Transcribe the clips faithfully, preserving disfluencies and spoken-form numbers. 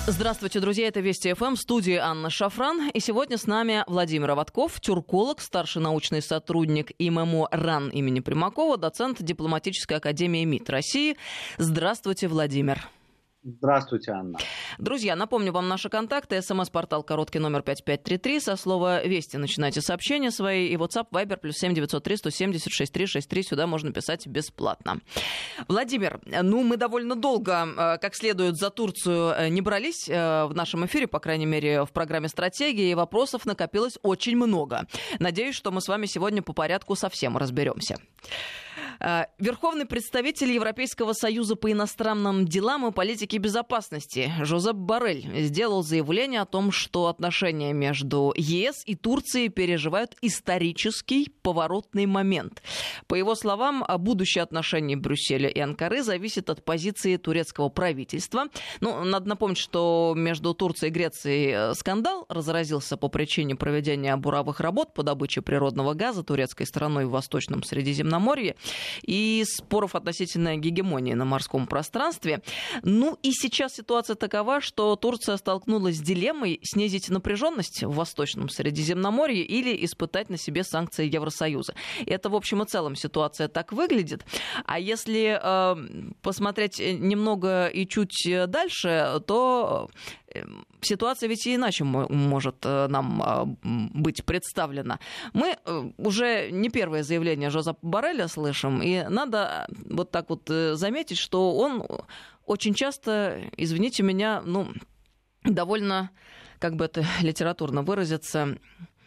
Здравствуйте, друзья, это Вести ФМ, в студии Анна Шафран. И сегодня с нами Владимир Аватков, тюрколог, старший научный сотрудник ИММО РАН имени Примакова, доцент дипломатической академии МИД России. Здравствуйте, Владимир. Здравствуйте, Анна. Друзья, напомню вам наши контакты. СМС-портал короткий номер пять пять три три. Со слова «Вести» начинайте сообщения свои. И WhatsApp, Viber, плюс семь девятьсот три сто семьдесят шесть три шесть три. Сюда можно писать бесплатно. Владимир, ну мы довольно долго, как следует, за Турцию не брались в нашем эфире, по крайней мере, в программе «Стратегия», и вопросов накопилось очень много. Надеюсь, что мы с вами сегодня по порядку совсем разберемся. Верховный представитель Европейского союза по иностранным делам и политике безопасности Жозеп Боррель сделал заявление о том, что отношения между ЕС и Турцией переживают исторический поворотный момент. По его словам, будущее отношений Брюсселя и Анкары зависит от позиции турецкого правительства. Ну, надо напомнить, что между Турцией и Грецией скандал разразился по причине проведения буровых работ по добыче природного газа турецкой стороной в Восточном Средиземноморье и споров относительно гегемонии на морском пространстве. Ну и сейчас ситуация такова, что Турция столкнулась с дилеммой снизить напряженность в Восточном Средиземноморье или испытать на себе санкции Евросоюза. Это, в общем и целом, ситуация так выглядит. А если э, посмотреть немного и чуть дальше, то ситуация ведь и иначе может нам быть представлена. Мы уже не первое заявление Жозепа Борреля слышим, и надо вот так вот заметить, что он очень часто, извините меня, ну, довольно, как бы это литературно выразиться,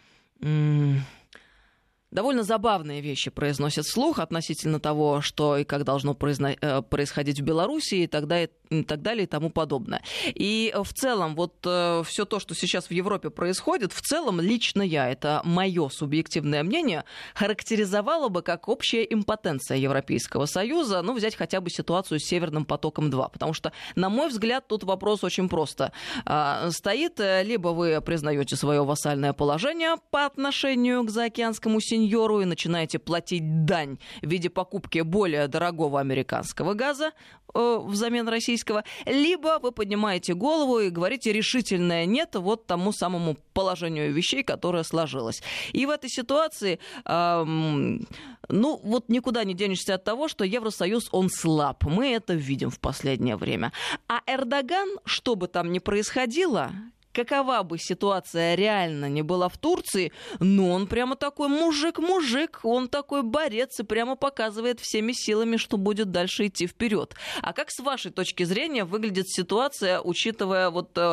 довольно забавные вещи произносит вслух относительно того, что и как должно произно- происходить в Беларуси и так далее, и так далее и тому подобное. И в целом вот э, все то, что сейчас в Европе происходит, в целом лично я, это мое субъективное мнение, характеризовало бы как общая импотенция Европейского Союза, ну, взять хотя бы ситуацию с Северным потоком-два, потому что, на мой взгляд, тут вопрос очень просто э, стоит. Либо вы признаете свое вассальное положение по отношению к заокеанскому сеньору и начинаете платить дань в виде покупки более дорогого американского газа э, взамен российского, либо вы поднимаете голову и говорите решительное «нет» вот тому самому положению вещей, которое сложилось. И в этой ситуации, э, ну, вот никуда не денешься от того, что Евросоюз, он слаб. Мы это видим в последнее время. А Эрдоган, что бы там ни происходило, какова бы ситуация реально не была в Турции, но он прямо такой мужик-мужик, он такой борец и прямо показывает всеми силами, что будет дальше идти вперед. А как с вашей точки зрения выглядит ситуация, учитывая вот э,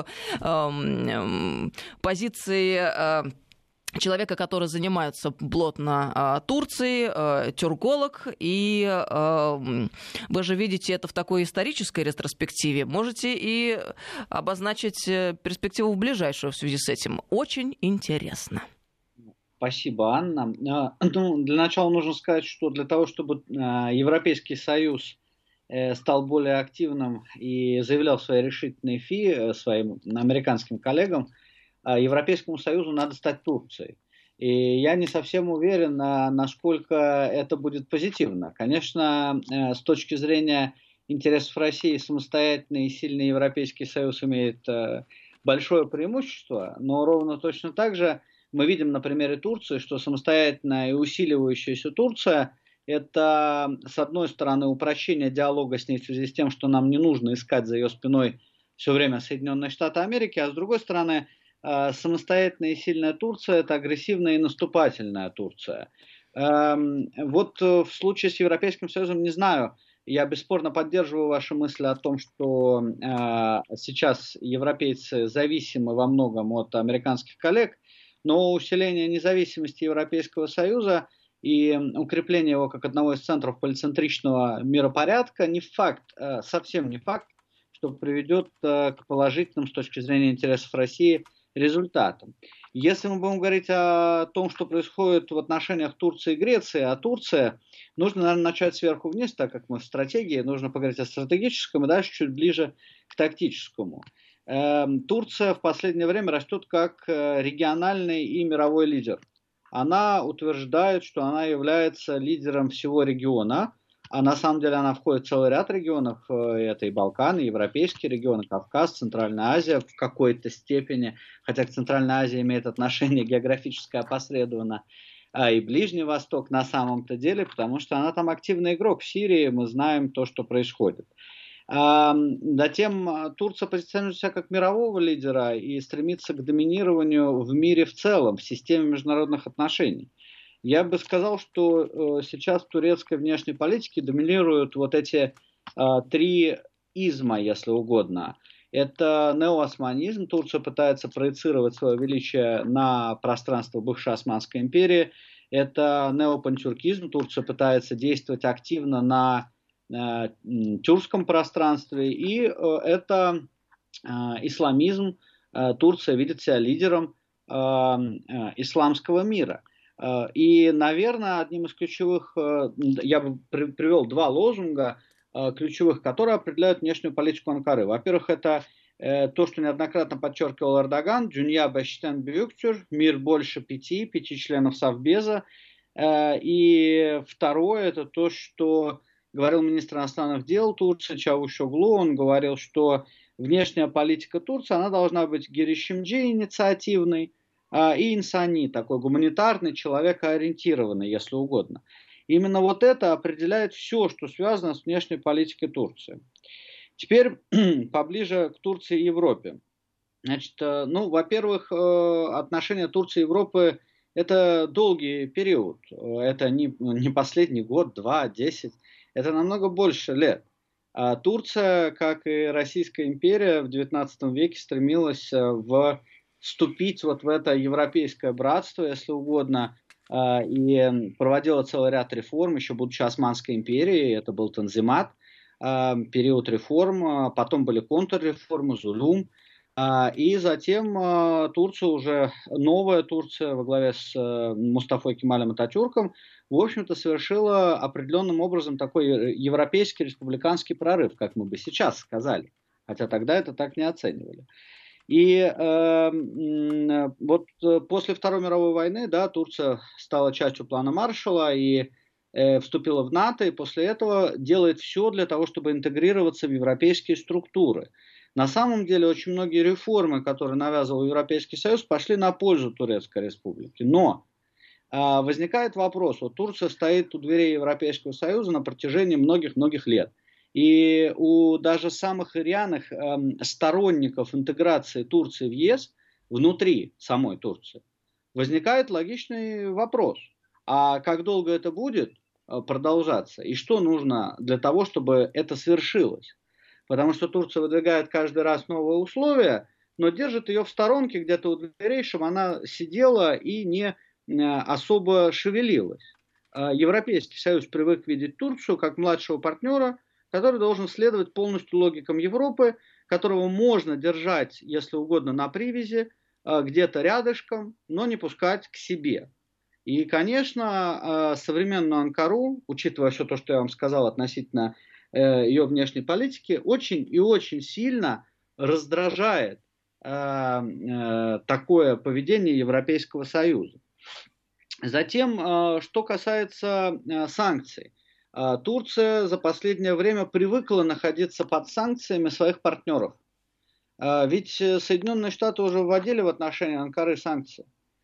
э, позиции э, человека, который занимается плотно э, Турцией, э, тюрколог, и э, вы же видите это в такой исторической ретроспективе. Можете и обозначить перспективу в ближайшую в связи с этим. Очень интересно. Спасибо, Анна. Ну, для начала нужно сказать, что для того, чтобы Европейский Союз стал более активным и заявлял свои решительные фи своим американским коллегам, Европейскому Союзу надо стать Турцией. И я не совсем уверен, насколько это будет позитивно. Конечно, с точки зрения интересов России самостоятельный и сильный Европейский Союз имеет большое преимущество, но ровно точно так же мы видим на примере Турции, что самостоятельная и усиливающаяся Турция – это, с одной стороны, упрощение диалога с ней в связи с тем, что нам не нужно искать за ее спиной все время Соединенные Штаты Америки, а с другой стороны, самостоятельная и сильная Турция – это агрессивная и наступательная Турция. Вот в случае с Европейским Союзом не знаю. Я бесспорно поддерживаю ваши мысли о том, что сейчас европейцы зависимы во многом от американских коллег, но усиление независимости Европейского Союза и укрепление его как одного из центров полицентричного миропорядка не факт, совсем не факт, что приведет к положительным с точки зрения интересов России результатам. Если мы будем говорить о том, что происходит в отношениях Турции и Греции, а Турция, нужно, наверное, начать сверху вниз, так как мы в стратегии, нужно поговорить о стратегическом и дальше чуть ближе к тактическому. Турция в последнее время растет как региональный и мировой лидер. Она утверждает, что она является лидером всего региона, а на самом деле она входит в целый ряд регионов, это и Балканы, и европейские регионы, Кавказ, Центральная Азия в какой-то степени, хотя к Центральной Азии имеет отношение географическое опосредованно, а и Ближний Восток на самом-то деле, потому что она там активный игрок. В Сирии мы знаем то, что происходит. Затем Турция позиционирует себя как мирового лидера и стремится к доминированию в мире в целом, в системе международных отношений. Я бы сказал, что сейчас в турецкой внешней политике доминируют вот эти три изма, если угодно. Это неоосманизм. Турция пытается проецировать свое величие на пространство бывшей Османской империи. Это неопантюркизм. Турция пытается действовать активно на э, тюркском пространстве. И э, это э, исламизм. Э, Турция видит себя лидером э, э, исламского мира. Э, и, наверное, одним из ключевых, э, я бы при, привел два лозунга, ключевых, которые определяют внешнюю политику Анкары. Во-первых, это э, то, что неоднократно подчеркивал Эрдоган, «Дюния бештен бюктюр», мир больше пяти, пяти членов Совбеза. Э, и второе, это то, что говорил министр иностранных дел Турции Чавушоглу. Он говорил, что внешняя политика Турции, она должна быть гиришимджи, инициативной, э, и инсани, такой гуманитарный, человекоориентированный, если угодно. Именно вот это определяет все, что связано с внешней политикой Турции. Теперь поближе к Турции и Европе. Значит, ну, во-первых, отношения Турции и Европы – это долгий период. Это не, не последний год, два, десять. Это намного больше лет. А Турция, как и Российская империя, в девятнадцатом веке стремилась в, вступить вот в это европейское братство, если угодно, и проводила целый ряд реформ, еще будучи Османской империей, это был Танзимат, период реформ, потом были контрреформы, Зулюм, и затем Турция, уже новая Турция во главе с Мустафой Кемалем Ататюрком, в общем-то совершила определенным образом такой европейский республиканский прорыв, как мы бы сейчас сказали, хотя тогда это так не оценивали. И э, вот после Второй мировой войны, да, Турция стала частью плана Маршалла и э, вступила в НАТО, и после этого делает все для того, чтобы интегрироваться в европейские структуры. На самом деле очень многие реформы, которые навязывал Европейский Союз, пошли на пользу Турецкой Республики. Но э, возникает вопрос, вот Турция стоит у дверей Европейского Союза на протяжении многих-многих лет. И у даже самых рьяных э, сторонников интеграции Турции в ЕС внутри самой Турции возникает логичный вопрос. А как долго это будет продолжаться? И что нужно для того, чтобы это свершилось? Потому что Турция выдвигает каждый раз новые условия, но держит ее в сторонке где-то у дверей, чтобы она сидела и не особо шевелилась. Европейский Союз привык видеть Турцию как младшего партнера, который должен следовать полностью логикам Европы, которого можно держать, если угодно, на привязи, где-то рядышком, но не пускать к себе. И, конечно, современную Анкару, учитывая все то, что я вам сказал относительно ее внешней политики, очень и очень сильно раздражает такое поведение Европейского Союза. Затем, что касается санкций. Турция за последнее время привыкла находиться под санкциями своих партнеров. Ведь Соединенные Штаты уже вводили в отношении Анкары санкции.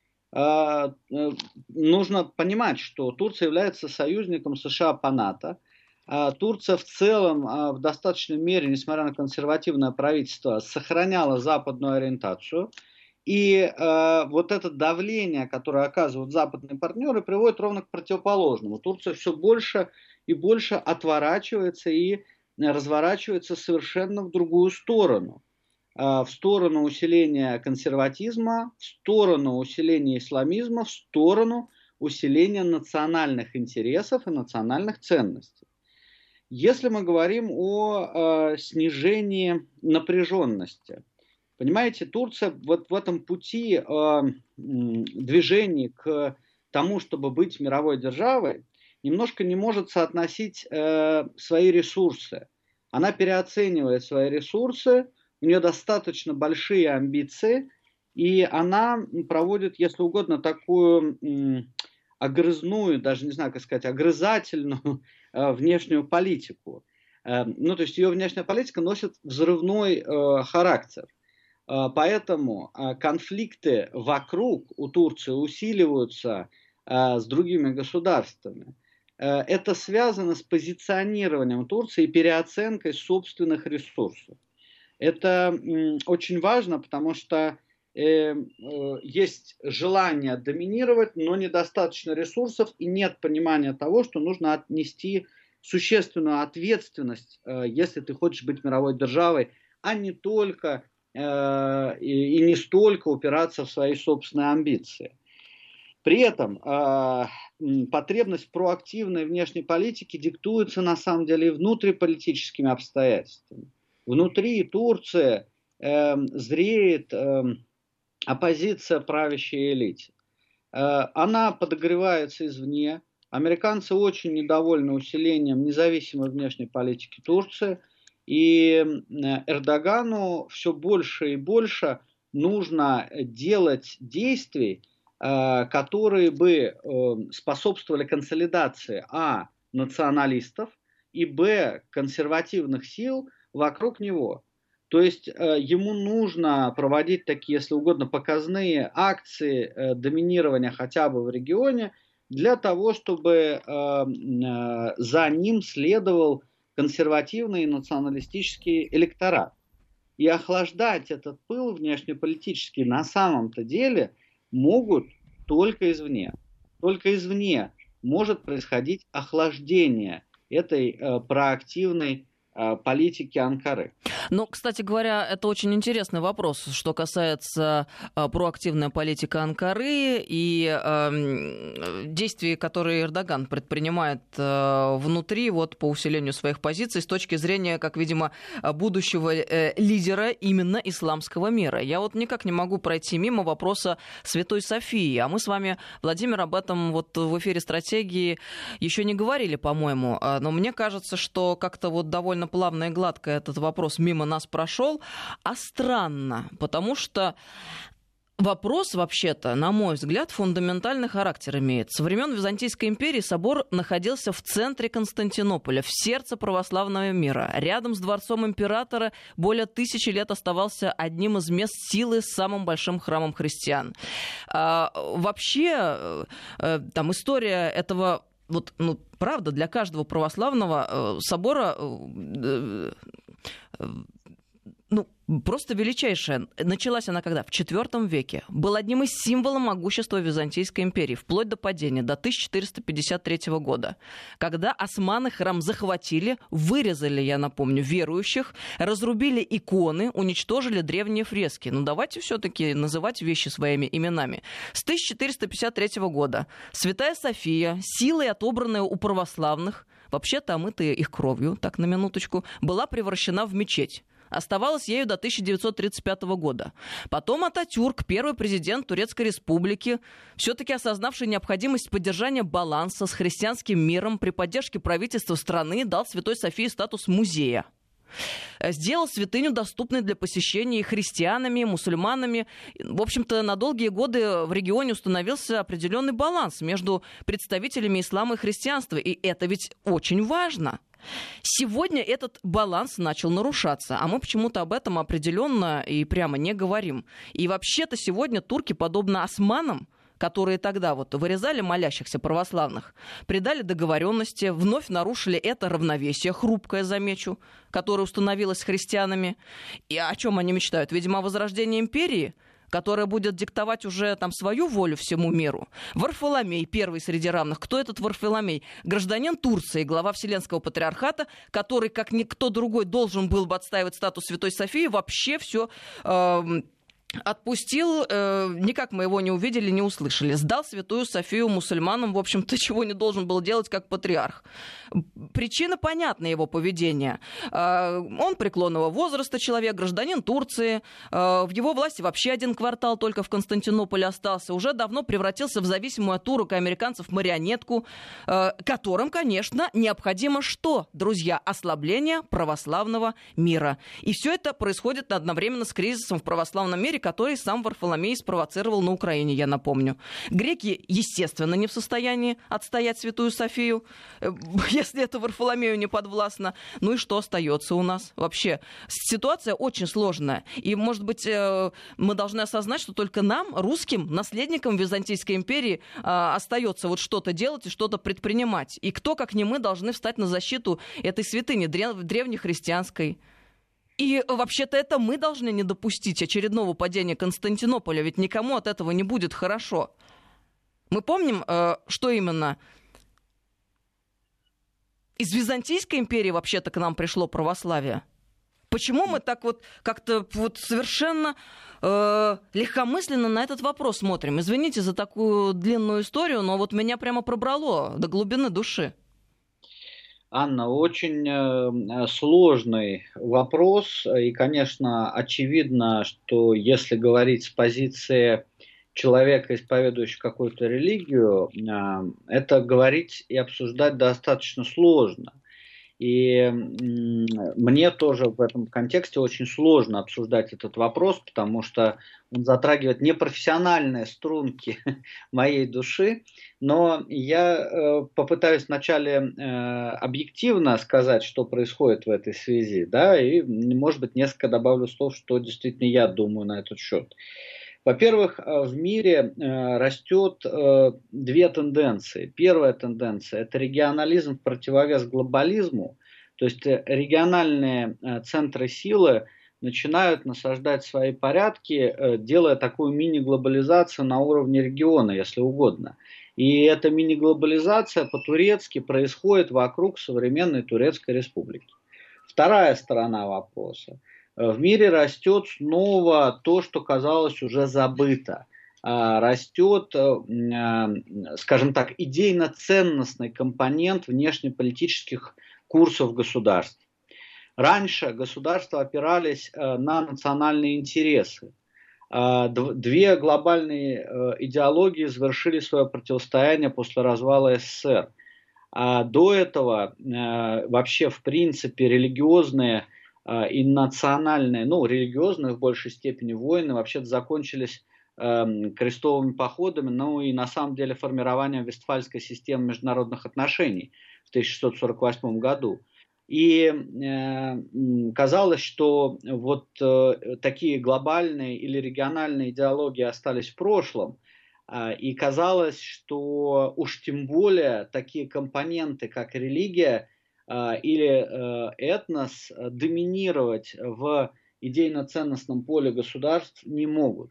Нужно понимать, что Турция является союзником США по НАТО. Турция в целом в достаточной мере, несмотря на консервативное правительство, сохраняла западную ориентацию. И э, вот это давление, которое оказывают западные партнеры, приводит ровно к противоположному. Турция все больше и больше отворачивается и разворачивается совершенно в другую сторону. Э, в сторону усиления консерватизма, в сторону усиления исламизма, в сторону усиления национальных интересов и национальных ценностей. Если мы говорим о э, снижении напряженности, понимаете, Турция вот в этом пути э, движения к тому, чтобы быть мировой державой, немножко не может соотносить э, свои ресурсы. Она переоценивает свои ресурсы, у нее достаточно большие амбиции, и она проводит, если угодно, такую э, огрызную, даже не знаю, как сказать, огрызательную внешнюю политику. Ну, то есть ее внешняя политика носит взрывной характер. Поэтому конфликты вокруг у Турции усиливаются с другими государствами. Это связано с позиционированием Турции и переоценкой собственных ресурсов. Это очень важно, потому что есть желание доминировать, но недостаточно ресурсов и нет понимания того, что нужно отнести существенную ответственность, если ты хочешь быть мировой державой, а не только и не столько упираться в свои собственные амбиции. При этом потребность в проактивной внешней политике диктуется на самом деле и внутриполитическими обстоятельствами. Внутри Турции зреет оппозиция правящей элите. Она подогревается извне. Американцы очень недовольны усилением независимой внешней политики Турции. И Эрдогану все больше и больше нужно делать действий, которые бы способствовали консолидации а. националистов и б. консервативных сил вокруг него. То есть ему нужно проводить такие, если угодно, показные акции доминирования хотя бы в регионе, для того, чтобы за ним следовал консервативный и националистический электорат. И охлаждать этот пыл внешнеполитический на самом-то деле могут только извне. Только извне может происходить охлаждение этой э, проактивной э, политики Анкары. Ну, кстати говоря, это очень интересный вопрос, что касается э, проактивной политики Анкары и э, действий, которые Эрдоган предпринимает э, внутри вот, по усилению своих позиций с точки зрения, как, видимо, будущего э, лидера именно исламского мира. Я вот никак не могу пройти мимо вопроса Святой Софии. А мы с вами, Владимир, об этом вот в эфире «Стратегии» еще не говорили, по-моему. Но мне кажется, что как-то вот довольно плавно и гладко этот вопрос мимо нас прошел, а странно, потому что вопрос, вообще-то, на мой взгляд, фундаментальный характер имеет. Со времен Византийской империи собор находился в центре Константинополя, в сердце православного мира. Рядом с дворцом императора более тысячи лет оставался одним из мест силы с самым большим храмом христиан. А, вообще, там история этого... Вот, ну, правда, для каждого православного э, собора э, э, ну, просто величайшая. Началась она когда? В четвёртом веке. Был одним из символов могущества Византийской империи, вплоть до падения, до тысяча четыреста пятьдесят третьего года. Когда османы храм захватили, вырезали, я напомню, верующих, разрубили иконы, уничтожили древние фрески. Ну, давайте все-таки называть вещи своими именами. С тысяча четыреста пятьдесят третьего года Святая София, силой отобранная у православных, вообще-то омытая их кровью, так на минуточку, была превращена в мечеть. Оставалась ею до тысяча девятьсот тридцать пятого года. Потом Ататюрк, первый президент Турецкой Республики, все-таки осознавший необходимость поддержания баланса с христианским миром при поддержке правительства страны, дал Святой Софии статус музея. Сделал святыню доступной для посещения и христианами, и мусульманами. В общем-то, на долгие годы в регионе установился определенный баланс между представителями ислама и христианства. И это ведь очень важно. Сегодня этот баланс начал нарушаться, а мы почему-то об этом определенно и прямо не говорим. И вообще-то сегодня турки, подобно османам, которые тогда вот вырезали молящихся православных, придали договоренности, вновь нарушили это равновесие, хрупкое, замечу, которое установилось с христианами. И о чем они мечтают? Видимо, о возрождении империи, которая будет диктовать уже там свою волю всему миру. Варфоломей, первый среди равных. Кто этот Варфоломей? Гражданин Турции, глава Вселенского патриархата, который, как никто другой, должен был бы отстаивать статус Святой Софии, вообще все... Э- Отпустил, э, никак мы его не увидели, не услышали. Сдал Святую Софию мусульманам, в общем-то, чего не должен был делать как патриарх. Причина понятна его поведения. Э, он преклонного возраста человек, гражданин Турции. Э, в его власти вообще один квартал только в Константинополе остался. Уже давно превратился в зависимую от турок и американцев марионетку, э, которым, конечно, необходимо что, друзья? Ослабление православного мира. И все это происходит одновременно с кризисом в православном мире, который сам Варфоломей спровоцировал на Украине, я напомню. Греки, естественно, не в состоянии отстоять Святую Софию, если это Варфоломею не подвластно. Ну и что остается у нас? Вообще, ситуация очень сложная. И, может быть, мы должны осознать, что только нам, русским, наследникам Византийской империи, остается вот что-то делать и что-то предпринимать. И кто, как не мы, должны встать на защиту этой святыни древнехристианской. И вообще-то это мы должны не допустить очередного падения Константинополя, ведь никому от этого не будет хорошо. Мы помним, что именно из Византийской империи вообще-то к нам пришло православие. Почему мы так вот как-то вот совершенно э, легкомысленно на этот вопрос смотрим? Извините за такую длинную историю, но вот меня прямо пробрало до глубины души. Анна, очень э, сложный вопрос, и, конечно, очевидно, что если говорить с позиции человека, исповедующего какую-то религию, э, это говорить и обсуждать достаточно сложно. И мне тоже в этом контексте очень сложно обсуждать этот вопрос, потому что он затрагивает непрофессиональные струнки моей души. Но я попытаюсь вначале объективно сказать, что происходит в этой связи, да, и, может быть, несколько добавлю слов, что действительно я думаю на этот счет. Во-первых, в мире растет две тенденции. Первая тенденция – это регионализм в противовес глобализму. То есть региональные центры силы начинают насаждать свои порядки, делая такую мини-глобализацию на уровне региона, если угодно. И эта мини-глобализация по-турецки происходит вокруг современной Турецкой Республики. Вторая сторона вопроса. В мире растет снова то, что казалось уже забыто. Растет, скажем так, идейно-ценностный компонент внешнеполитических курсов государств. Раньше государства опирались на национальные интересы. Две глобальные идеологии завершили свое противостояние после развала СССР. А до этого вообще, в принципе, религиозные и национальные, ну, религиозные в большей степени войны вообще-то закончились э, крестовыми походами, ну и на самом деле формированием Вестфальской системы международных отношений в тысяча шестьсот сорок восьмом году. И э, казалось, что вот э, такие глобальные или региональные идеологии остались в прошлом, э, и казалось, что уж тем более такие компоненты, как религия, или этнос доминировать в идейно-ценностном поле государств не могут.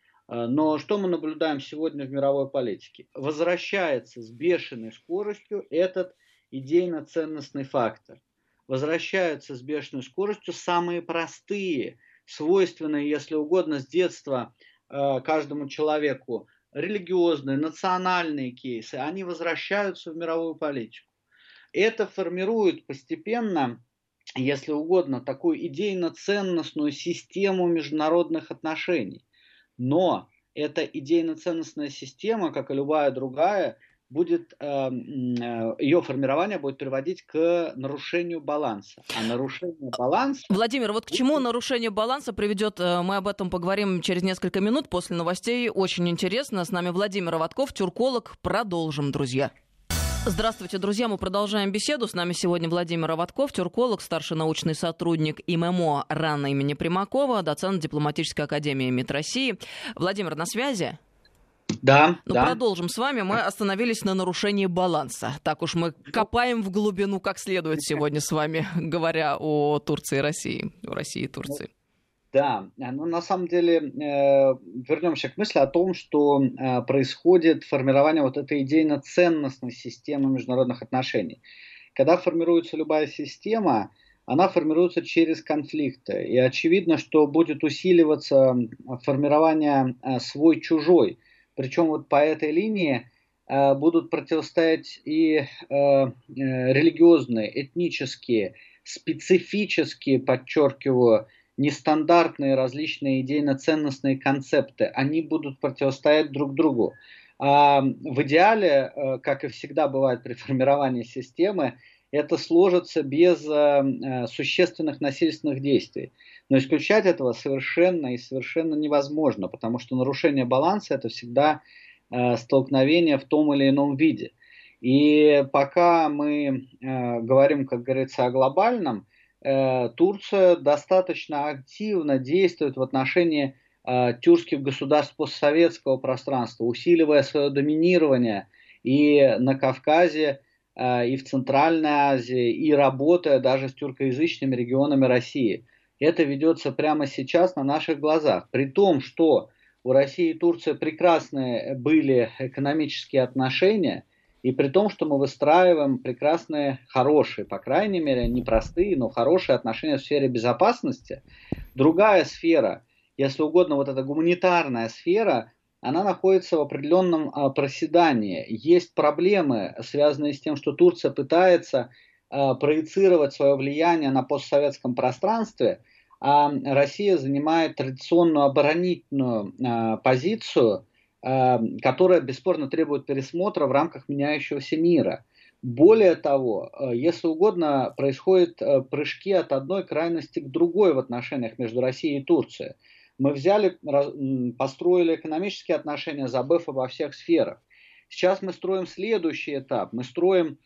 Но что мы наблюдаем сегодня в мировой политике? Возвращается с бешеной скоростью этот идейно-ценностный фактор. Возвращаются с бешеной скоростью самые простые, свойственные, если угодно, с детства каждому человеку религиозные, национальные кейсы, они возвращаются в мировую политику. Это формирует постепенно, если угодно, такую идейно-ценностную систему международных отношений. Но эта идейно-ценностная система, как и любая другая, будет, э, ее формирование будет приводить к нарушению баланса. А нарушение баланса... Владимир, вот к чему нарушение баланса приведет, мы об этом поговорим через несколько минут после новостей. Очень интересно. С нами Владимир Оводков, тюрколог. Продолжим, друзья. Здравствуйте, друзья. Мы продолжаем беседу. С нами сегодня Владимир Оводков, тюрколог, старший научный сотрудник ИМЭМО РАН имени Примакова, доцент Дипломатической академии МИД России. Владимир, на связи? Да, ну, да. Продолжим с вами. Мы остановились на нарушении баланса. Так уж мы копаем в глубину как следует сегодня с вами, говоря о Турции и России, о России и Турции. Да, ну на самом деле э, вернемся к мысли о том, что э, происходит формирование вот этой идейно-ценностной системы международных отношений. Когда формируется любая система, она формируется через конфликты. И очевидно, что будет усиливаться формирование э, свой-чужой. Причем вот по этой линии э, будут противостоять и э, э, религиозные, этнические, специфические, подчеркиваю, нестандартные различные идейно-ценностные концепты, они будут противостоять друг другу. А в идеале, как и всегда бывает при формировании системы, это сложится без существенных насильственных действий. Но исключать этого совершенно и совершенно невозможно, потому что нарушение баланса – это всегда э, столкновение в том или ином виде. И пока мы э, говорим, как говорится, о глобальном, э, Турция достаточно активно действует в отношении э, тюркских государств постсоветского пространства, усиливая свое доминирование и на Кавказе, э, и в Центральной Азии, и работая даже с тюркоязычными регионами России. Это ведется прямо сейчас на наших глазах. При том, что у России и Турции прекрасные были экономические отношения, и при том, что мы выстраиваем прекрасные, хорошие, по крайней мере, не простые, но хорошие отношения в сфере безопасности. Другая сфера, если угодно, вот эта гуманитарная сфера, она находится в определенном а, проседании. Есть проблемы, связанные с тем, что Турция пытается а, проецировать свое влияние на постсоветском пространстве, а Россия занимает традиционную оборонительную а, позицию, которая бесспорно требует пересмотра в рамках меняющегося мира. Более того, если угодно, происходят прыжки от одной крайности к другой в отношениях между Россией и Турцией. Мы взяли, построили экономические отношения, забыв обо всех сферах. Сейчас мы строим следующий этап. Мы строим,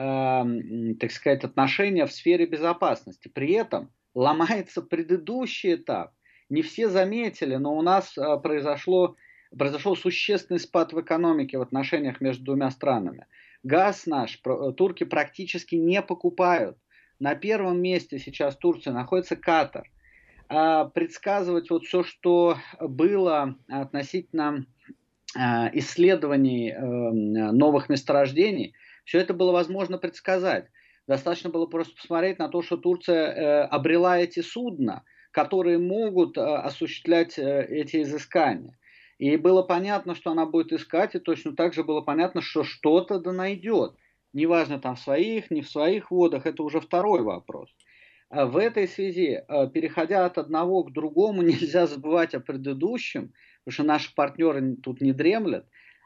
э, так сказать, отношения в сфере безопасности. При этом ломается предыдущий этап. Не все заметили, но у нас произошло произошел существенный спад в экономике в отношениях между двумя странами. Газ наш турки практически не покупают. На первом месте сейчас Турция находится Катар. А предсказывать вот все, что было относительно исследований новых месторождений, все это было возможно предсказать. Достаточно было просто посмотреть на то, что Турция обрела эти судна, которые могут осуществлять эти изыскания. И было понятно, что она будет искать, и точно так же было понятно, что что-то да найдет. Неважно, там в своих, не в своих водах, это уже второй вопрос. В этой связи, переходя от одного к другому, нельзя забывать о предыдущем, потому что наши партнеры тут не дремлят,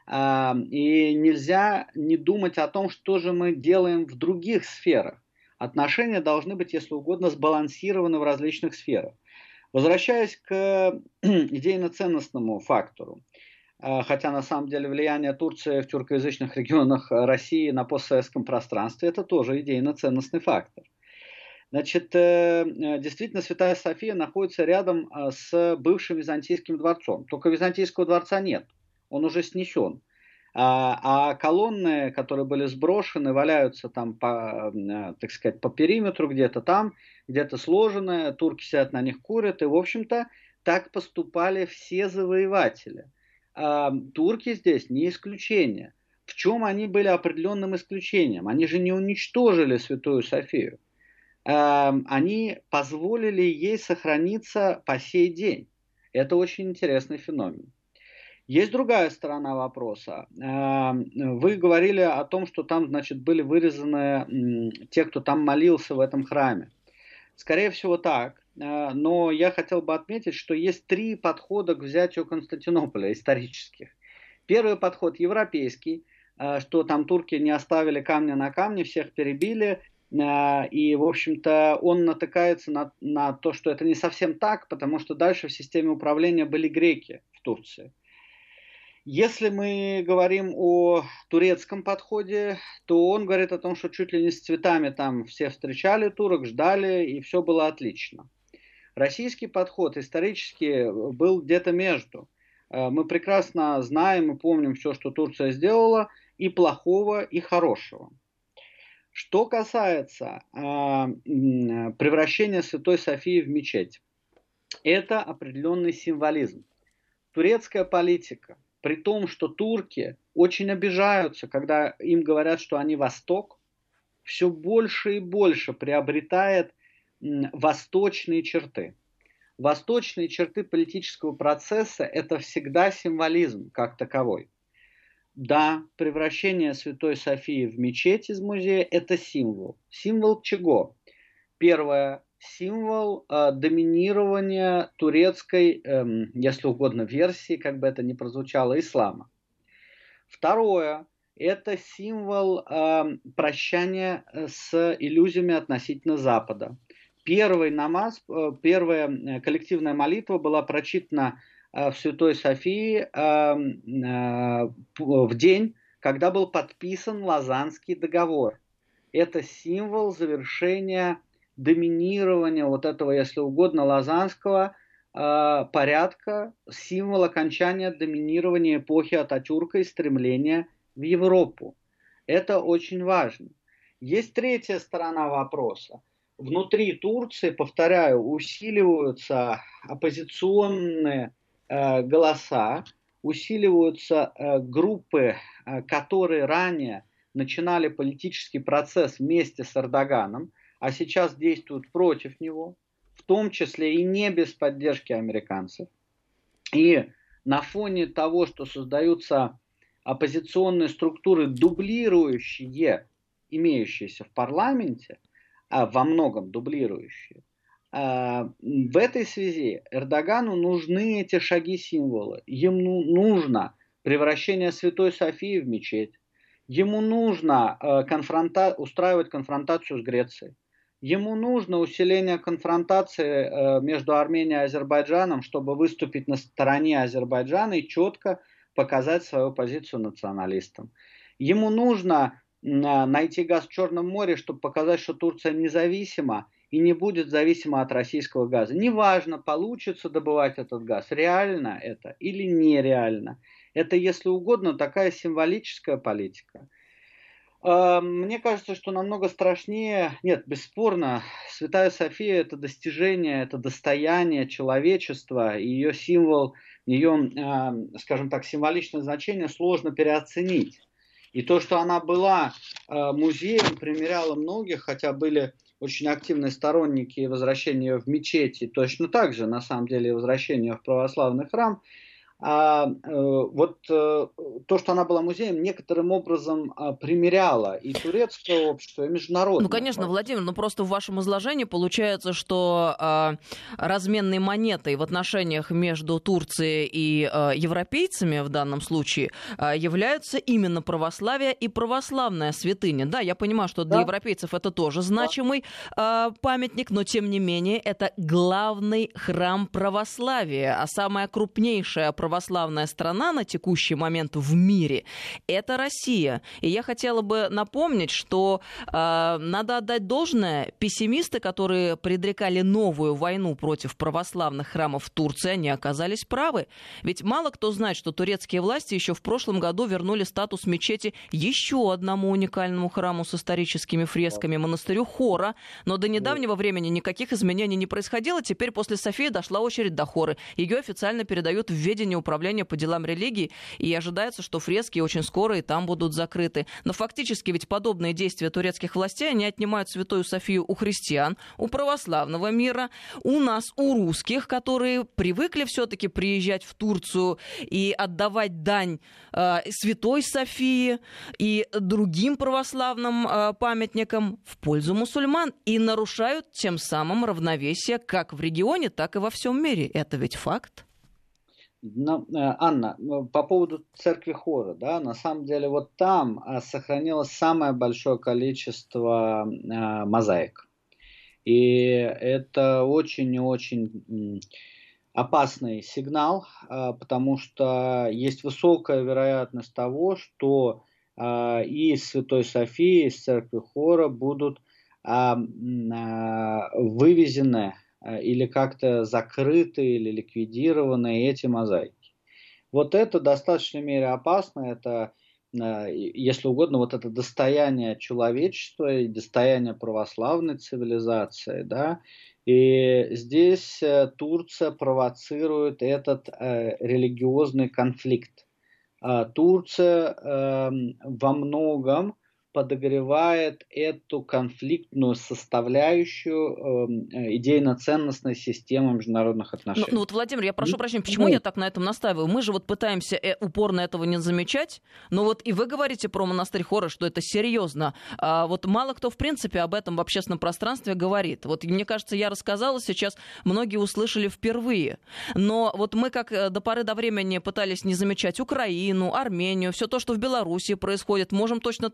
и нельзя не думать о том, что же мы делаем в других сферах. Отношения должны быть, если угодно, сбалансированы в различных сферах. Возвращаясь к идейно-ценностному фактору, хотя на самом деле влияние Турции в тюркоязычных регионах России на постсоветском пространстве – это тоже идейно-ценностный фактор. Значит, действительно, Святая София находится рядом с бывшим Византийским дворцом. Только Византийского дворца нет, он уже снесен. А, а колонны, которые были сброшены, валяются там по, так сказать, по периметру где-то там, где-то сложены, турки сидят на них, курят, и, в общем-то, так поступали все завоеватели. А турки здесь не исключение. В чем они были определенным исключением? Они же не уничтожили Святую Софию. А, они позволили ей сохраниться по сей день. Это очень интересный феномен. Есть другая сторона вопроса. Вы говорили о том, что там, значит, были вырезаны те, кто там молился в этом храме. Скорее всего так, но я хотел бы отметить, что есть три подхода к взятию Константинополя исторических. Первый подход европейский, что там турки не оставили камня на камне, всех перебили, и, в общем-то, он натыкается на, на то, что это не совсем так, потому что дальше в системе управления были греки в Турции. Если мы говорим о турецком подходе, то он говорит о том, что чуть ли не с цветами там все встречали турок, ждали, и все было отлично. Российский подход исторически был где-то между. Мы прекрасно знаем и помним все, что Турция сделала, и плохого, и хорошего. Что касается превращения Святой Софии в мечеть, это определенный символизм. Турецкая политика, при том, что турки очень обижаются, когда им говорят, что они Восток, все больше и больше приобретает восточные черты. Восточные черты политического процесса – это всегда символизм как таковой. Да, превращение Святой Софии в мечеть из музея – это символ. Символ чего? Первое. Символ э, доминирования турецкой, э, если угодно, версии, как бы это ни прозвучало, ислама. Второе. Это символ э, прощания с иллюзиями относительно Запада. первый намаз, первая коллективная молитва была прочитана в Святой Софии в день, когда был подписан Лозаннский договор. Это символ завершения доминирования вот этого, если угодно, Лозаннского порядка, символ окончания доминирования эпохи Ататюрка и стремления в Европу. Это очень важно. Есть третья сторона вопроса. Внутри Турции, повторяю, усиливаются оппозиционные э, голоса, усиливаются э, группы, э, которые ранее начинали политический процесс вместе с Эрдоганом, а сейчас действуют против него, в том числе и не без поддержки американцев. И на фоне того, что создаются оппозиционные структуры, дублирующие имеющиеся в парламенте, а во многом дублирующие, а, в этой связи Эрдогану нужны эти шаги-символы. Ему нужно превращение Святой Софии в мечеть. Ему нужно а, конфронта... устраивать конфронтацию с Грецией. Ему нужно усиление конфронтации а, между Арменией и Азербайджаном, чтобы выступить на стороне Азербайджана и четко показать свою позицию националистам. Ему нужно найти газ в Черном море, чтобы показать, что Турция независима и не будет зависима от российского газа. Неважно, получится добывать этот газ, реально это или нереально. Это, если угодно, такая символическая политика. Мне кажется, что намного страшнее, нет, бесспорно, Святая София – это достижение, это достояние человечества, и ее символ, ее, скажем так, символичное значение сложно переоценить. И то, что она была музеем, примеряла многих, хотя были очень активные сторонники возвращения в мечети, точно так же, на самом деле, возвращения в православный храм. А, э, вот э, то, что она была музеем, некоторым образом э, примеряла и турецкое общество, и международное. Ну, конечно, Владимир, но просто в вашем изложении получается, что э, разменной монетой в отношениях между Турцией и э, европейцами в данном случае э, являются именно православие и православная святыня. Да, я понимаю, что для да. европейцев это тоже значимый э, памятник, но тем не менее это главный храм православия, а самая крупнейшая православная православная страна на текущий момент в мире – это Россия. И я хотела бы напомнить, что э, надо отдать должное, пессимисты, которые предрекали новую войну против православных храмов в Турции, они оказались правы. Ведь мало кто знает, что турецкие власти еще в прошлом году вернули статус мечети еще одному уникальному храму с историческими фресками, монастырю Хора. Но до недавнего времени никаких изменений не происходило. Теперь после Софии дошла очередь до Хоры. Ее официально передают в ведение управления по делам религии, и ожидается, что фрески очень скоро и там будут закрыты. Но фактически ведь подобные действия турецких властей, они отнимают Святую Софию у христиан, у православного мира, у нас, у русских, которые привыкли все-таки приезжать в Турцию и отдавать дань э, Святой Софии и другим православным э, памятникам в пользу мусульман и нарушают тем самым равновесие как в регионе, так и во всем мире. Это ведь факт. Анна, по поводу церкви Хора, да, на самом деле вот там сохранилось самое большое количество э, мозаик. И это очень и очень опасный сигнал, э, потому что есть высокая вероятность того, что э, из Святой Софии, из церкви Хора будут э, э, вывезены или как-то закрыты или ликвидированы эти мозаики. Вот это в достаточной мере опасно, это, если угодно, вот это достояние человечества и достояние православной цивилизации, да, и здесь Турция провоцирует этот э, религиозный конфликт. Турция э, во многом подогревает эту конфликтную составляющую э, идейно-ценностной системы международных отношений. Ну, ну вот, Владимир, я прошу прощения, почему ну, я так на этом настаиваю? Мы же вот пытаемся э, упорно этого не замечать, но вот и вы говорите про монастырь Хора, что это серьезно. А вот мало кто, в принципе, об этом в общественном пространстве говорит. Вот мне кажется, я рассказала сейчас, многие услышали впервые. Но вот мы как до поры до времени пытались не замечать Украину, Армению, все то, что в Беларуси происходит, можем точно так же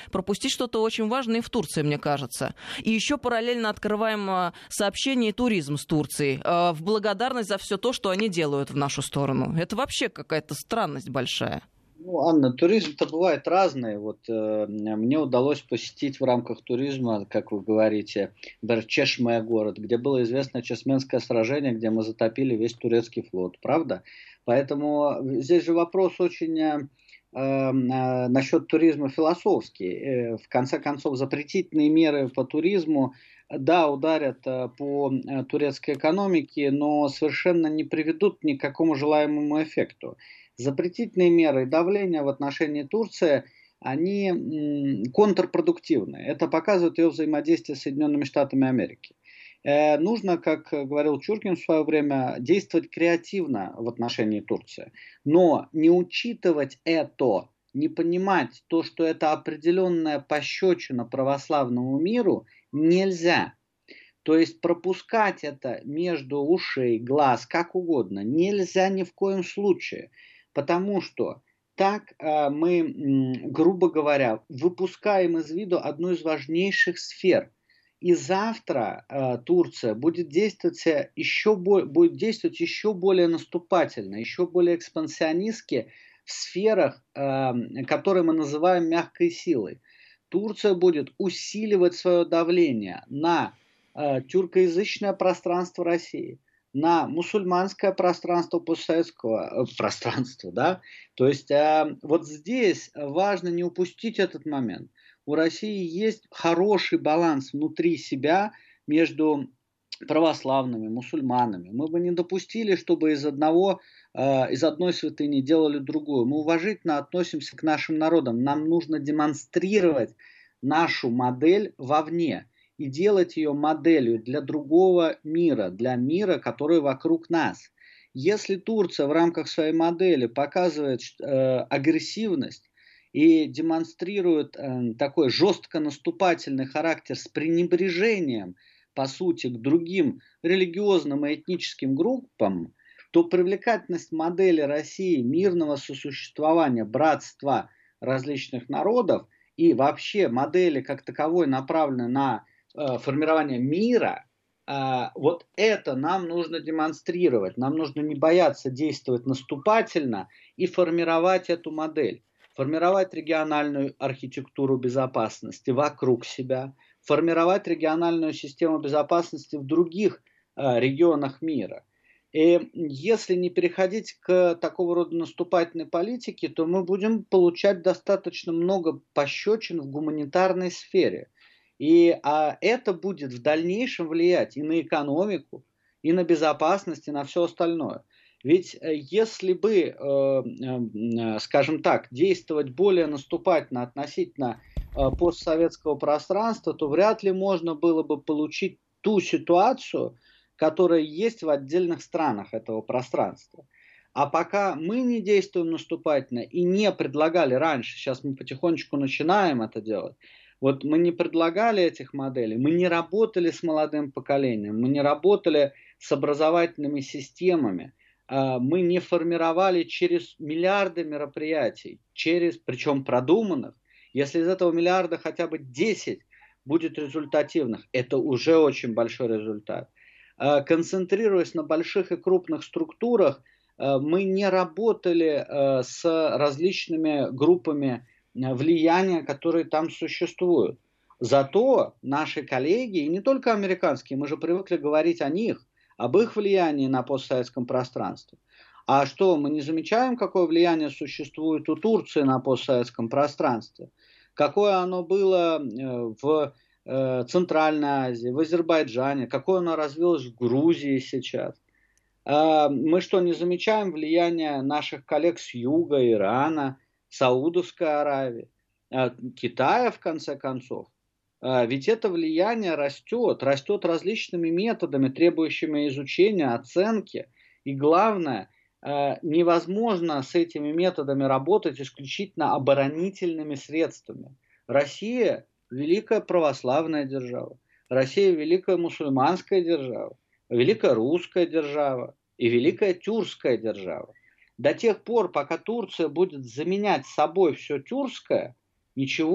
пропустить что-то очень важное и в Турции, мне кажется. И еще параллельно открываем сообщение и туризм с Турцией в благодарность за все то, что они делают в нашу сторону. Это вообще какая-то странность большая. Ну, Анна, туризм-то бывает разный. Вот э, мне удалось посетить в рамках туризма, как вы говорите, Чешмэ город, где было известное Чесменское сражение, где мы затопили весь турецкий флот, правда? Поэтому здесь же вопрос очень э, э, насчет туризма философский. Э, в конце концов, запретительные меры по туризму, да, ударят э, по э, турецкой экономике, но совершенно не приведут ни к какому желаемому эффекту. Запретительные меры и давление в отношении Турции, они м, контрпродуктивны. Это показывает ее взаимодействие с Соединенными Штатами Америки. Э, нужно, как говорил Чуркин в свое время, действовать креативно в отношении Турции. Но не учитывать это, не понимать то, что это определенная пощечина православному миру, нельзя. То есть пропускать это между ушей, глаз, как угодно, нельзя ни в коем случае. Потому что так э, мы, м, грубо говоря, выпускаем из виду одну из важнейших сфер. И завтра э, Турция будет действовать, еще, будет действовать еще более наступательно, еще более экспансионистски в сферах, э, которые мы называем мягкой силой. Турция будет усиливать свое давление на э, тюркоязычное пространство России, на мусульманское пространство постсоветского э, пространства, да, то есть э, вот здесь важно не упустить этот момент. У России есть хороший баланс внутри себя между православными, мусульманами. Мы бы не допустили, чтобы из одного, э, из одной святыни делали другую. Мы уважительно относимся к нашим народам. Нам нужно демонстрировать нашу модель вовне и делать ее моделью для другого мира, для мира, который вокруг нас. Если Турция в рамках своей модели показывает э, агрессивность и демонстрирует э, такой жестко наступательный характер с пренебрежением, по сути, к другим религиозным и этническим группам, то привлекательность модели России мирного сосуществования, братства различных народов и вообще модели как таковой, направленной на формирования мира, вот это нам нужно демонстрировать. Нам нужно не бояться действовать наступательно и формировать эту модель. Формировать региональную архитектуру безопасности вокруг себя, формировать региональную систему безопасности в других регионах мира. И если не переходить к такого рода наступательной политике, то мы будем получать достаточно много пощечин в гуманитарной сфере. И а, это будет в дальнейшем влиять и на экономику, и на безопасность, и на все остальное. Ведь если бы, э, э, скажем так, действовать более наступательно относительно э, постсоветского пространства, то вряд ли можно было бы получить ту ситуацию, которая есть в отдельных странах этого пространства. А пока мы не действуем наступательно и не предлагали раньше, сейчас мы потихонечку начинаем это делать, вот мы не предлагали этих моделей, мы не работали с молодым поколением, мы не работали с образовательными системами, мы не формировали через миллиарды мероприятий, через, причем продуманных. Если из этого миллиарда хотя бы десять будет результативных, это уже очень большой результат. Концентрируясь на больших и крупных структурах, мы не работали с различными группами влияния, которые там существуют. Зато наши коллеги, и не только американские, мы же привыкли говорить о них, об их влиянии на постсоветском пространстве. А что, мы не замечаем, какое влияние существует у Турции на постсоветском пространстве? Какое оно было в Центральной Азии, в Азербайджане, какое оно развилось в Грузии сейчас? Мы что, не замечаем влияние наших коллег с юга, Ирана, Саудовской Аравии, Китая, в конце концов? Ведь это влияние растет, растет различными методами, требующими изучения, оценки. И главное, невозможно с этими методами работать исключительно оборонительными средствами. Россия – великая православная держава, Россия – великая мусульманская держава, великая русская держава и великая тюркская держава. До тех пор, пока Турция будет заменять собой все тюркское, ничего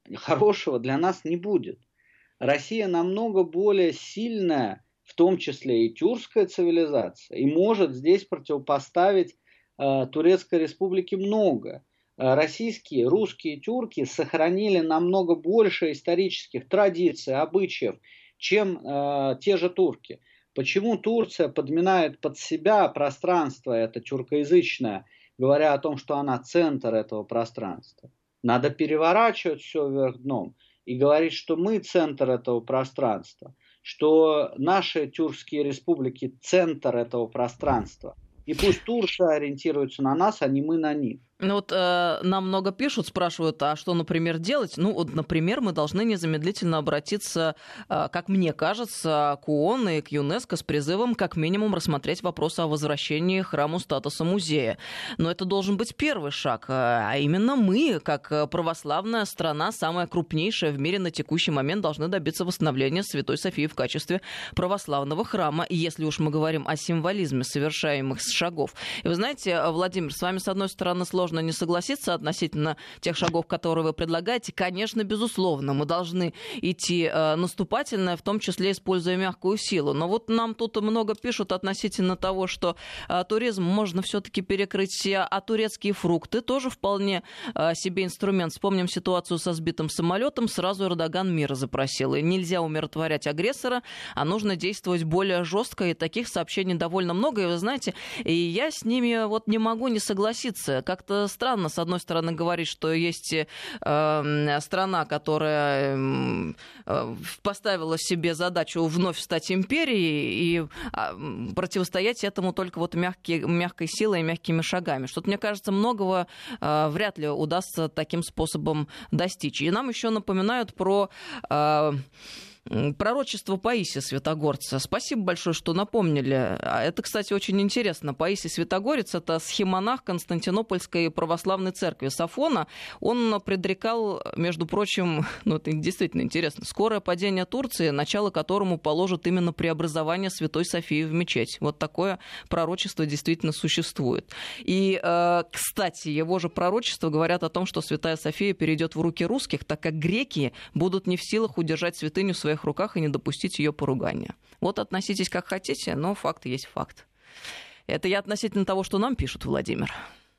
хорошего для нас не будет. Россия намного более сильная, в том числе и тюркская цивилизация, и может здесь противопоставить э, Турецкой Республике много. Э, российские, русские тюрки сохранили намного больше исторических традиций, обычаев, чем э, те же турки. Почему Турция подминает под себя пространство, это тюркоязычное, говоря о том, что она центр этого пространства? Надо переворачивать все вверх дном и говорить, что мы центр этого пространства, что наши тюркские республики центр этого пространства. И пусть Турция ориентируется на нас, а не мы на них. Ну вот э, нам много пишут, спрашивают, а что, например, делать? Ну вот, например, мы должны незамедлительно обратиться, э, как мне кажется, к ООН и к ЮНЕСКО с призывом как минимум рассмотреть вопрос о возвращении храму статуса музея. Но это должен быть первый шаг, а именно мы, как православная страна, самая крупнейшая в мире на текущий момент, должны добиться восстановления Святой Софии в качестве православного храма. И если уж мы говорим о символизме совершаемых шагов. И вы знаете, Владимир, с вами, с одной стороны, сложно не согласиться относительно тех шагов, которые вы предлагаете. Конечно, безусловно, мы должны идти э, наступательно, в том числе используя мягкую силу. Но вот нам тут много пишут относительно того, что э, туризм можно все-таки перекрыть, а турецкие фрукты тоже вполне э, себе инструмент. Вспомним ситуацию со сбитым самолетом. Сразу Эрдоган мира запросил. И нельзя умиротворять агрессора, а нужно действовать более жестко. И таких сообщений довольно много. И вы знаете, и я с ними вот не могу не согласиться. Как-то странно, с одной стороны, говорить, что есть э, страна, которая э, поставила себе задачу вновь стать империей и э, противостоять этому только вот мягкие, мягкой силой и мягкими шагами. Что-то, мне кажется, многого э, вряд ли удастся таким способом достичь. И нам еще напоминают про... Э, Пророчество Паисия Святогорца. Спасибо большое, что напомнили. Это, кстати, очень интересно. Паисий Святогорец — это схимонах Константинопольской православной церкви Сафона. Он предрекал, между прочим, ну это действительно интересно, скорое падение Турции, начало которому положит именно преобразование Святой Софии в мечеть. Вот такое пророчество действительно существует. И, кстати, его же пророчества говорят о том, что Святая София перейдет в руки русских, так как греки будут не в силах удержать святыню в своих руках и не допустить ее поругания. Вот относитесь как хотите, но факт есть факт. Это я относительно того, что нам пишут, Владимир.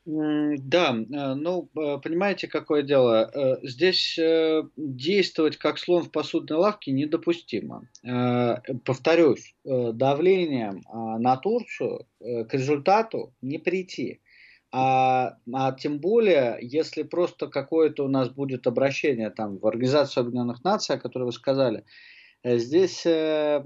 Да, ну, понимаете, какое дело. Здесь действовать как слон в посудной лавке недопустимо. Повторюсь, давлением на Турцию к результату не прийти. А, а тем более, если просто какое-то у нас будет обращение там, в Организацию Объединенных Наций, о которой вы сказали, здесь э,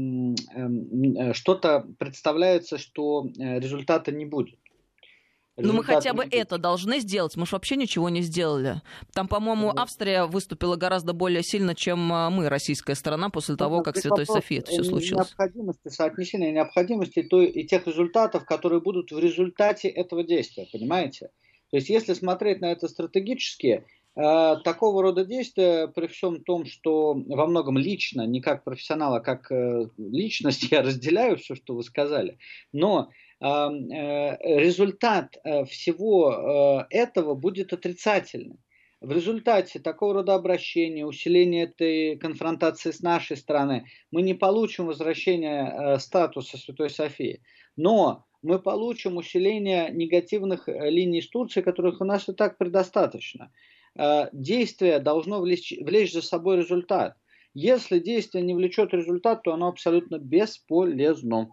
э, что-то представляется, что результата не будет. Ну, мы хотя бы это должны сделать. Мы же вообще ничего не сделали. Там, по-моему, Австрия выступила гораздо более сильно, чем мы, российская сторона, после того, как Святой Софии это все случилось. Необходимости, соотнесения необходимости то, и тех результатов, которые будут в результате этого действия, понимаете? То есть, если смотреть на это стратегически, э, такого рода действия, при всем том, что во многом лично, не как профессионал, а как э, личность, я разделяю все, что вы сказали, но результат всего этого будет отрицательным. В результате такого рода обращения, усиления этой конфронтации с нашей стороны, мы не получим возвращения статуса Святой Софии, но мы получим усиление негативных линий с Турцией, которых у нас и так предостаточно. Действие должно влечь, влечь за собой результат. Если действие не влечет результат, то оно абсолютно бесполезно.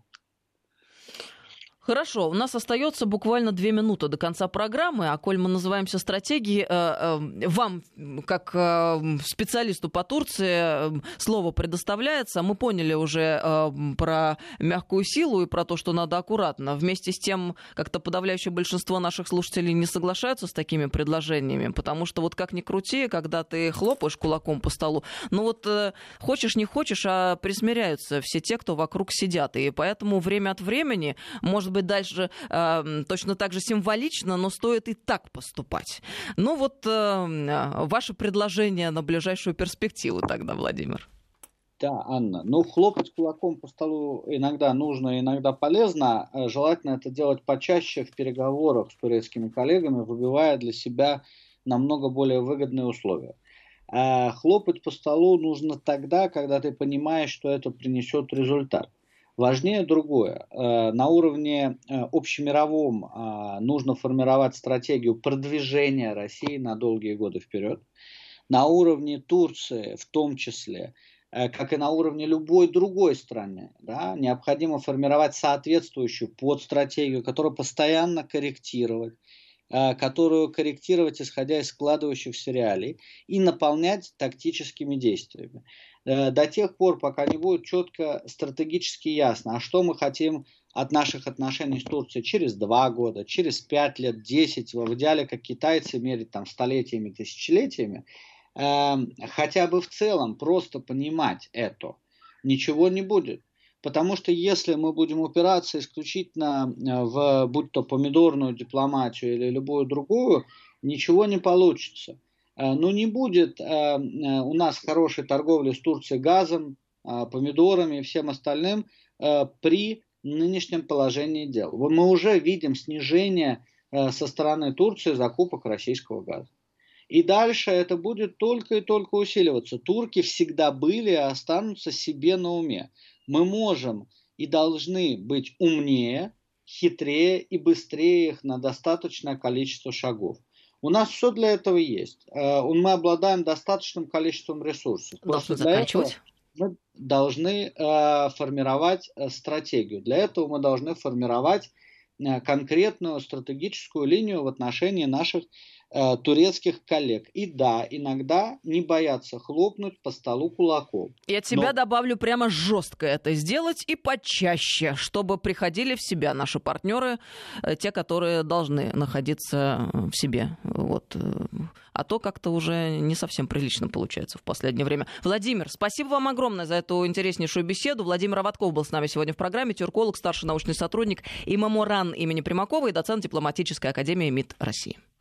Хорошо, у нас остается буквально две минуты до конца программы, а коль мы называемся «Стратегией», вам, как специалисту по Турции, слово предоставляется. Мы поняли уже про мягкую силу и про то, что надо аккуратно. Вместе с тем, как-то подавляющее большинство наших слушателей не соглашаются с такими предложениями, потому что вот как ни крути, когда ты хлопаешь кулаком по столу, ну вот хочешь не хочешь, а присмиряются все те, кто вокруг сидят. И поэтому время от времени, может быть, дальше э, точно так же символично, но стоит и так поступать. Ну вот э, ваше предложение на ближайшую перспективу тогда, Владимир. Да, Анна, ну хлопать кулаком по столу иногда нужно, иногда полезно. Желательно это делать почаще в переговорах с турецкими коллегами, выбивая для себя намного более выгодные условия. Хлопать по столу нужно тогда, когда ты понимаешь, что это принесет результат. Важнее другое. На уровне общемировом нужно формировать стратегию продвижения России на долгие годы вперед. На уровне Турции в том числе, как и на уровне любой другой страны, да, необходимо формировать соответствующую подстратегию, которую постоянно корректировать, которую корректировать, исходя из складывающихся реалий, и наполнять тактическими действиями. До тех пор, пока не будет четко стратегически ясно, а что мы хотим от наших отношений с Турцией через два года, через пять лет, десять, в идеале, как китайцы, мерить там столетиями, тысячелетиями, э, хотя бы в целом просто понимать это, ничего не будет. Потому что если мы будем упираться исключительно в, будь то помидорную дипломатию или любую другую, ничего не получится. Ну, не будет у нас хорошей торговли с Турцией газом, помидорами и всем остальным при нынешнем положении дел. Мы уже видим снижение со стороны Турции закупок российского газа. И дальше это будет только и только усиливаться. Турки всегда были и останутся себе на уме. Мы можем и должны быть умнее, хитрее и быстрее их на достаточное количество шагов. У нас все для этого есть. Мы обладаем достаточным количеством ресурсов. Должны заканчивать. Мы должны формировать стратегию. Для этого мы должны формировать конкретную стратегическую линию в отношении наших э, турецких коллег. И да, иногда не бояться хлопнуть по столу кулаком. И от себя Но... добавлю прямо жестко это сделать и почаще, чтобы приходили в себя наши партнеры, э, те, которые должны находиться в себе. Вот. А то как-то уже не совсем прилично получается в последнее время. Владимир, спасибо вам огромное за эту интереснейшую беседу. Владимир Аватков был с нами сегодня в программе, тюрколог, старший научный сотрудник и меморан имени Примакова и доцент дипломатической академии МИД России.